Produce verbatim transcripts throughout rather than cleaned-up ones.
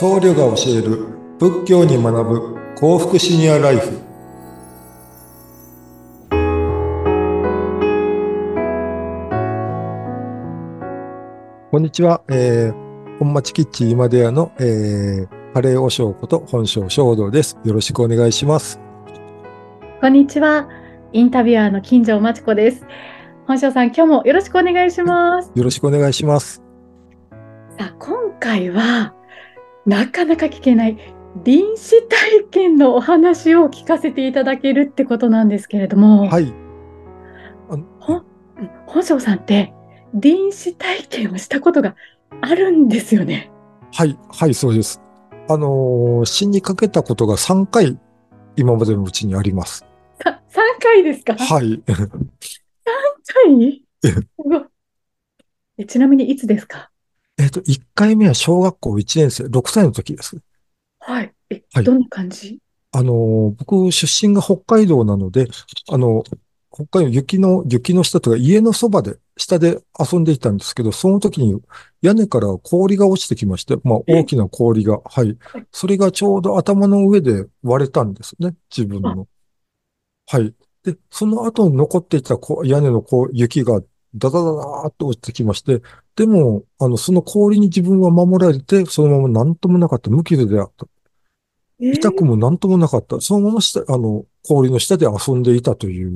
僧侶が教える仏教に学ぶ幸福シニアライフ。こんにちは、えー、本町キッチン今出屋の、えー、カレーお尚こと本庄正道です。よろしくお願いします。 こんにちは。インタビュアーの金城真知子です。本庄さん、今日もよろしくお願いします。 よろしくお願いします。 さあ、今回はなかなか聞けない臨死体験のお話を聞かせていただけるってことなんですけれども、 はい。あのほ本庄さんって臨死体験をしたことがあるんですよね。 はい、はい、そうです。あのー死にかけたことがさんかい今までのうちにあります。 さ、さんかいですか？ はい。 さん 回すごい。えちなみにいつですか？ えっと、いっかいめは小学校いちねん生、ろくさいの時です。 はい。え、 はい。 どんな感じ？ あの、僕、出身が北海道なので、あの、北海道雪の、雪の下とか家のそばで、下で遊んでいたんですけど、その時に屋根から氷が落ちてきまして、まあ大え、 きな氷が、はい。それがちょうど頭の上で割れたんですね、自分あ、 の。はい。で、その後に残っていたこう屋根のこう雪がダダダダーっと落ちてきまして、でも、あの、その氷に自分は守られて、そのまま何ともなかった、無傷であった。痛くえーも何ともなかった。そのまま下、あの、氷の下で遊んでいたという、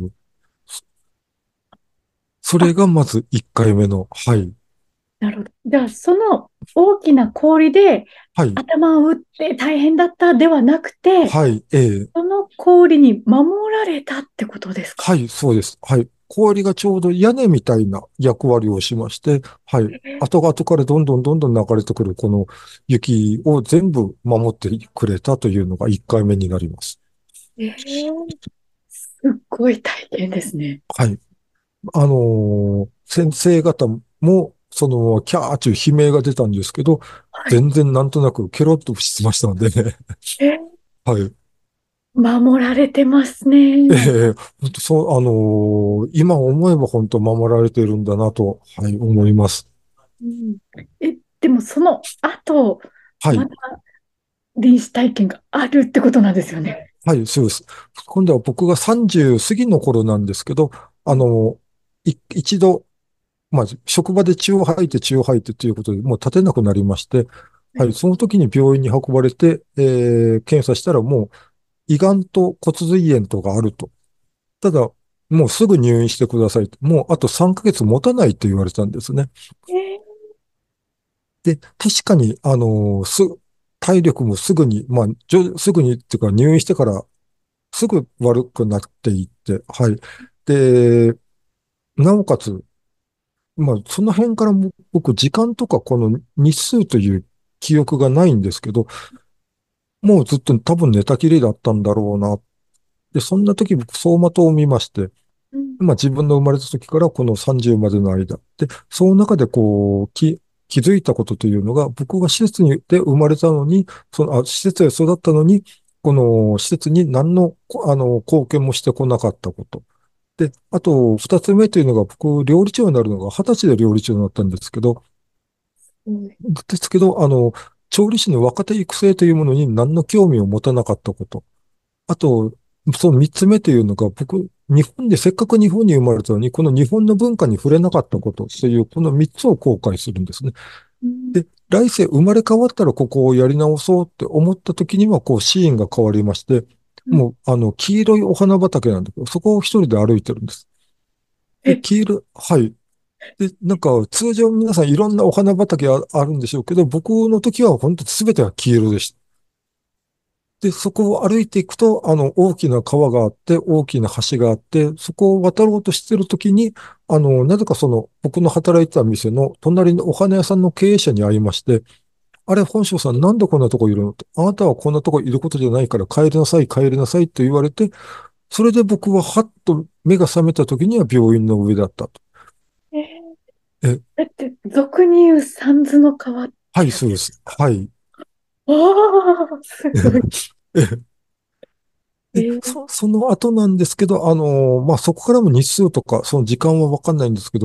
そあ、 れがまずいっかいめの、はい。 なるほど。じゃあ、その大きな氷ではい。 頭を打って大変だったではなくて、 はい。ええ。 その氷に守られたってことですか？ はい。そうです。はい。氷がちょうど屋根みたいな役割をしまして、はい。後々からどんどんどんどん流れてくるこの雪を全部守ってくれたというのがいっかいめになります。 えーすっごい体験ですね。 はい。あのー先生方も、その、キャーという悲鳴が出たんですけど、 はい。 全然なんとなくケロッとしてましたので、 えーはい。 守られてますえね。 え、本当そう、あのー今思えば本当守られているんだなと、はい、思います。 うん、え、でもその後、 はい、 また臨死体験があるってことなんですよね。 はい、そうです。今度は僕がさんじゅう過ぎの頃なんですけど、あのーい一度、まあ、職場で血を吐いて血を吐いてということで、もう立てなくなりまして、はい、 はい。 その時に病院に運ばれて、えー検査したらもう胃がんと骨髄炎とかあると。ただ、もうすぐ入院してくださいと。もうあとさんかげつ持たないと言われたんですね。 えーで、確かに、あのーす、体力もすぐに、まあ、じょすぐにっていうか入院してからすぐ悪くなっていって、はい。で、なおかつ、まあ、その辺からも僕、時間とかこの日数という記憶がないんですけど、もうずっと多分寝たきりだったんだろうな。で、そんな時僕、走馬灯を見まして、 うん、 まあ自分の生まれた時からこのさんじゅうまでの間。で、その中でこう、気、気づいたことというのが、僕が施設にで生まれたのに、その、あ、施設で育ったのに、この施設に何の、こあの、貢献もしてこなかったこと。で、あと、二つ目というのが、僕、料理長になるのが二十歳で料理長になったんですけど、 うん、 ですけど、あの、調理師の若手育成というものに何の興味を持たなかったこと。あと、その三つ目というのが、僕、日本でせっかく日本に生まれたのに、この日本の文化に触れなかったことという、この三つを後悔するんですね。 うん、 で、来世生まれ変わったらここをやり直そうって思った時には、こう、シーンが変わりまして、 うん。 もう、あの、黄色いお花畑なんだけど、そこを一人で歩いてるんです。で、 え、 黄色、はい。で、なんか、通常皆さんいろんなお花畑あ、あるんでしょうけど、僕の時は本当全てが黄色でした。で、そこを歩いていくと、あの、大きな川があって、大きな橋があって、そこを渡ろうとしてるときに、あの、なぜかその、僕の働いてた店の隣のお花屋さんの経営者に会いまして、あれ、本庄さん、なんでこんなとこいるのと。あなたはこんなとこいることじゃないから帰りなさい、帰りなさいと言われて、それで僕ははっと目が覚めた時には病院の上だったと。 ええ、 だって、俗に言う三途の川っはい、 てやつ。 そうです。はい。 ああ、すごい。 えで、 えーそ、その後なんですけど、あのまあ、そこからも日数とか、その時間はわかんないんですけど、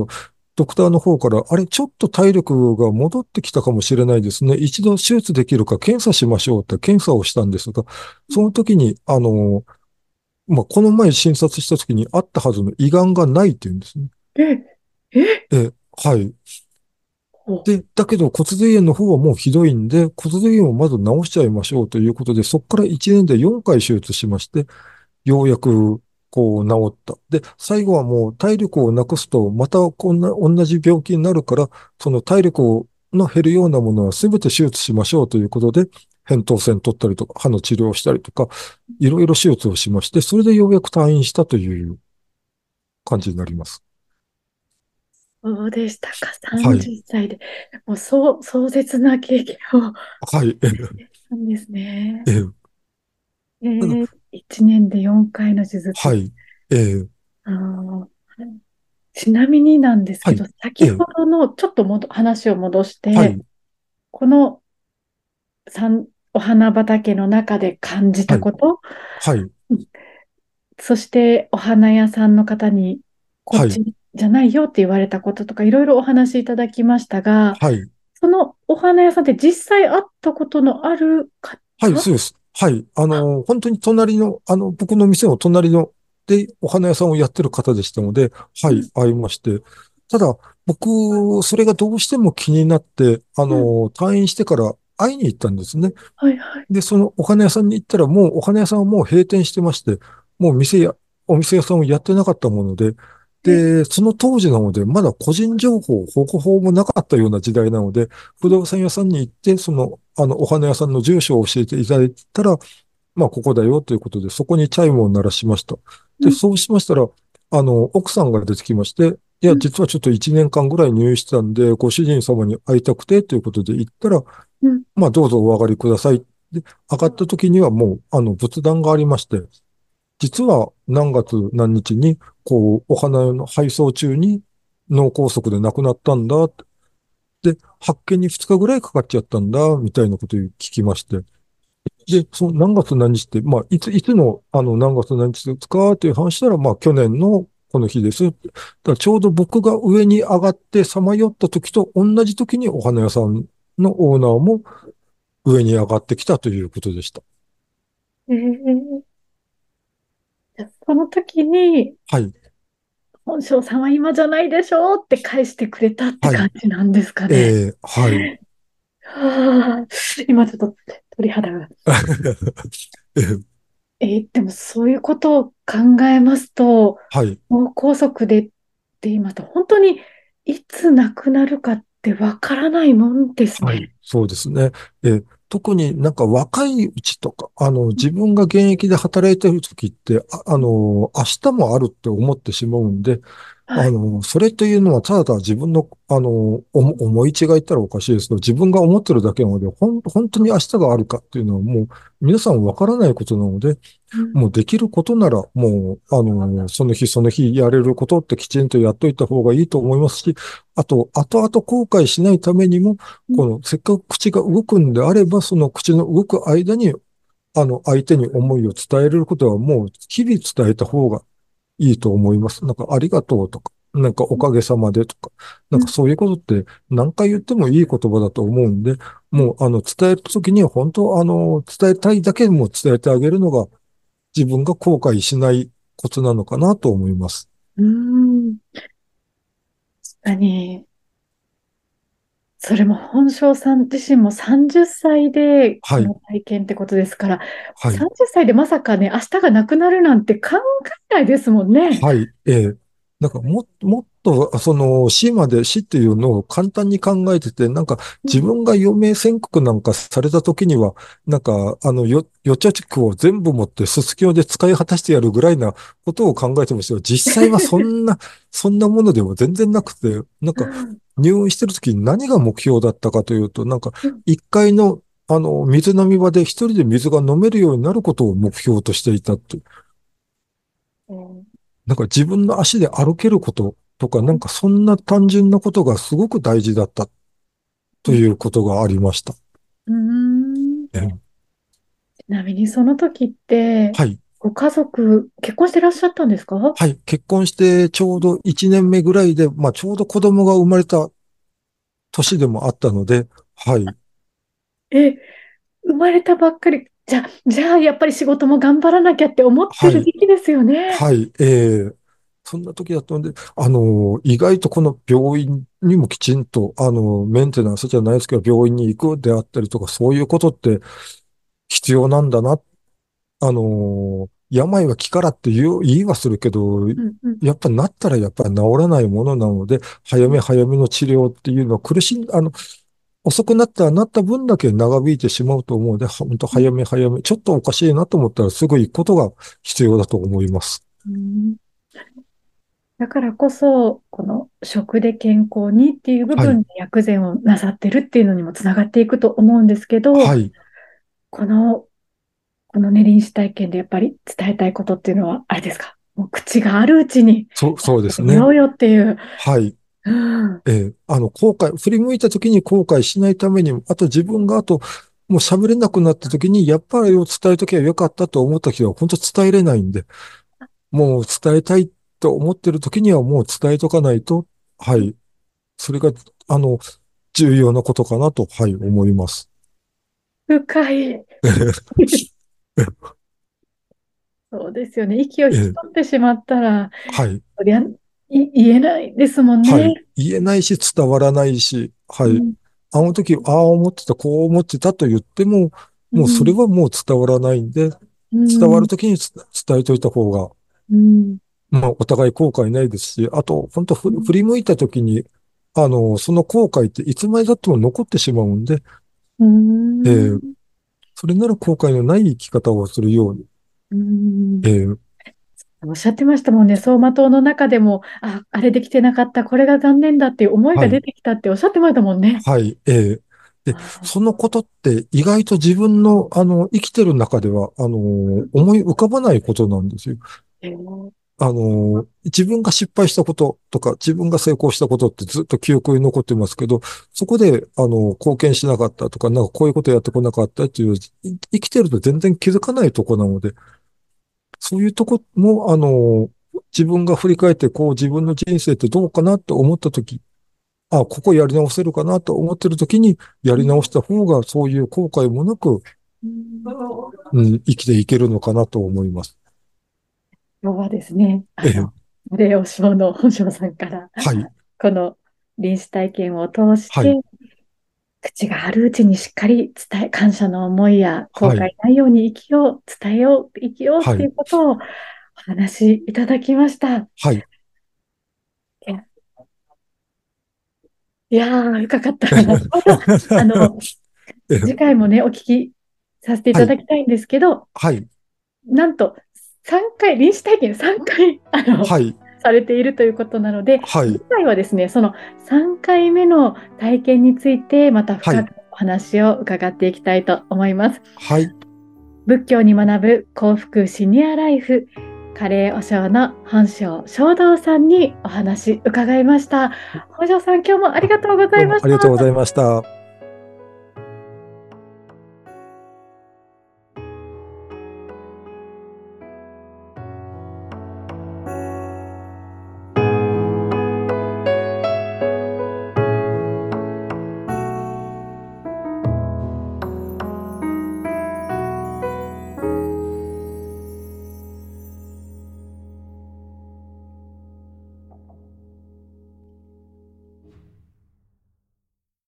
ドクターの方から、あれ、ちょっと体力が戻ってきたかもしれないですね。一度手術できるか検査しましょうって検査をしたんですが、その時に、あの、まあ、この前診察した時にあったはずの胃がんがないって言うんですね。 え、え、 え、はい。 お、 で、だけど骨髄炎の方はもうひどいんで、骨髄炎をまず治しちゃいましょうということで、そこからいちねんでよんかい手術しまして、ようやく、こう、治った。で、最後はもう体力をなくすと、またこんな、同じ病気になるから、その体力をの減るようなものは全て手術しましょうということで、扁桃腺取ったりとか、歯の治療をしたりとか、いろいろ手術をしまして、それでようやく退院したという感じになります。 そうでしたか。 はい。 さんじゅっさいで。もう、そう、壮絶な経験をはい。えしたんですね。 え、ええ、 えただ、 ー、いちねんでよんかいの手術。 はい。ええ、 あー、ちなみになんですはい。 けど、先ええ、 ほどのちょっともど話を戻して、 はい。 この山お花畑の中で感じはい。 たこと、 はい。 そしてお花屋さんの方にこっはい。 ちじゃないよって言われたこととかいろいろお話しいただきましたが、 はい。 そのお花屋さんって実際会ったことのあるはい、 方？ そうです。はい。ああ、 の、本当に隣の、あの、僕の店の隣の、で、お花屋さんをやってる方でしたので、はい、 うん、 会いまして。ただ、僕、それがどうしても気になって、あうん、 の、退院してから会いに行ったんですね。 はいはい。 で、そのお花屋さんに行ったら、もうお花屋さんはもう閉店してまして、もう店や、お店屋さんをやってなかったもので、 え、 で、その当時なので、まだ個人情報、保護法もなかったような時代なので、不動産屋さんに行って、その、あの、お花屋さんの住所を教えていただいたら、まあ、ここだよということで、そこにチャイムを鳴らしました。で、 うん、 そうしましたら、あの、奥さんが出てきまして、いや、 うん、 実はちょっといちねんかんぐらい入院してたんで、ご主人様に会いたくてということで行ったら、 うん、 まあ、どうぞお上がりください。で、上がった時にはもう、あの、仏壇がありまして、実は何月何日に、こう、お花の配送中に脳梗塞で亡くなったんだ。で、発見にふつかぐらいかかっちゃったんだ、みたいなことを聞きまして。で、その何月何日って、まあ、いつ、いつの、あの、何月何日ですかっていう話したら、まあ、去年のこの日です。だからちょうど僕が上に上がってさまよった時と同じ時にお花屋さんのオーナーも上に上がってきたということでした。 えー、じゃあその時に、 はい。 本性さんは今じゃないでしょうって返してくれたってはい。 感じなんですかね。 えー、はい。 はあ、今ちょっと鳥肌が。 えー、 えーでもそういうことを考えますと、 はい。 脳梗塞でって言いますと、本当にいつ亡くなるかってわからないもんですはい。 ね。 そうですね。えー特になんか若いうちとか、あの、自分が現役で働いてる時って、あ、あの、明日もあるって思ってしまうんで、 はい。 あの、それというのはただただ自分の、あの、おも思い違いって言ったらおかしいですけど、自分が思ってるだけなので、ほん、本当に明日があるかっていうのはもう皆さんわからないことなので、 うん、 もうできることなら、もう、あの、その日その日やれることってきちんとやっといた方がいいと思いますし、あと、後々後悔しないためにも、 うん、 この、せっかく口が動くんであれば、その口の動く間に、あの、相手に思いを伝えれることはもう、日々伝えた方がいいと思います。なんか、ありがとうとか、なんか、おかげさまでとか、なんか、 うん、 そういうことって何回言ってもいい言葉だと思うんで、もう、あの、伝えるときには本当、あの、伝えたいだけでも伝えてあげるのが、自分が後悔しないコツなのかなと思います。 うん、確かに、それも本庄さん自身もさんじゅっさいではい。 この体験ってことですから、 はい。 さんじゅっさいでまさかね、明日がなくなるなんて考えないですもんね。 はい。ええ。なんかも、もっと、その死まで死っていうのを簡単に考えてて、なんかうん、 自分が余命宣告なんかされた時には、なんか、あの、よ、預貯蓄を全部持ってすすきので使い果たしてやるぐらいなことを考えてましたよ。実際はそんな、そんなものでも全然なくて、なんか入院してる時に何が目標だったかというと、なんかうん、 一階の、あの、水飲み場で一人で水が飲めるようになることを目標としていたと。 うん、 なんか自分の足で歩けることとか、なんかそんな単純なことがすごく大事だったということがありました。 うん、 えちなみにその時って、 はい。 ご家族、結婚してらっしゃったんですか？ はい。結婚してちょうどいちねんめぐらいで、まあちょうど子供が生まれた年でもあったので、はい。 え、生まれたばっかり。じゃあ、じゃあ、やっぱり仕事も頑張らなきゃって思ってはい。 る時期ですよね。 はい。ええ、そんな時だったので、あの、意外とこの病院にもきちんと、あの、メンテナンスじゃないですけど、病院に行くであったりとか、そういうことって必要なんだな。あの、病は気からって言う、言いはするけど、 うんうんやっぱなったらやっぱり治らないものなので、早め早めの治療っていうのは苦しん、あの、遅くなったらなった分だけ長引いてしまうと思うので、本当早め早め、ちょっとおかしいなと思ったらすぐ行くことが必要だと思います。 うん。だからこそ、この食で健康にっていう部はい。 分で薬膳をなさってるっていうのにもつながっていくと思うんですけど、 はい。 この、このね、臨死体験でやっぱり伝えたいことっていうのは、あれですか？もう口があるうちにそう、 やっそうですね。 てみようよっていう。 はい。 うん。 えーあの、後悔、振り向いた時に後悔しないために、あと自分があと、もう喋れなくなった時に、やっぱりを伝えときゃよかったと思った時は、本当伝えれないんで、もう伝えたいと思ってる時にはもう伝えとかないと、はい。それが、あの、重要なことかなと、はい、思います。 深い。そうですよね。息を引きえー取ってしまったら、 はい。 そりゃ、い言えないですもんね。 はい。言えないし、伝わらないし、はい。 うん。 あの時、ああ思ってた、こう思ってたと言っても、もうそれうん。 はもう伝わらないんで、 う伝わるん。 時につ伝えといた方が、 うん。 まあ、お互い後悔ないですし、あと、本当ふうん。 振り向いた時に、あの、その後悔っていつまで経っても残ってしまうんで、 うん。 えーそれなら後悔のない生き方をするように、 うん。 えーおっしゃってましたもんね。走馬灯の中でも、あ、あれできてなかった、これが残念だっていう思いはい、 が出てきたっておっしゃってましたもんね。 はい、えーで、 あそのことって意外と自分の、あの、生きてる中では、あの、思い浮かばないことなんですよ。 ー、えーあの、自分が失敗したこととか、自分が成功したことってずっと記憶に残ってますけど、そこで、あの、貢献しなかったとか、なんかこういうことやってこなかったっていう、い生きてると全然気づかないとこなので、そういうとこも、あの、自分が振り返って、こう自分の人生ってどうかなと思ったとき、あ、ここやり直せるかなと思ってるときに、やり直した方が、そういう後悔もなく、 うん。 うん、生きていけるのかなと思います。 今日はですね、あの、 ええ、 霊尾症の本庄さんから、 はい、 この臨死体験を通して、 はい、 口があるうちにしっかり伝え、感謝の思いや後悔はい、 ないように生きよう、伝えよう、生きようっていはい、 うことをお話しいただきました。 はい。 いや、いやー、深かったな。また、あの、 ええ、 次回もね、お聞きさせていはい、 ただきたいんですけど、 はい、 なんとさんかい、臨死体験さんかい、あの、 はい、 されているということなので、次はい、 回はですね、そのさんかいめの体験について、またはい、 深くお話を伺っていきたいと思います。 はい、 仏教に学ぶ幸福シニアライフ、カレー和尚の本庄正道さんにお話伺いました。本庄さん、今日もありあ、 がとうござどういました。 もありがとうございました。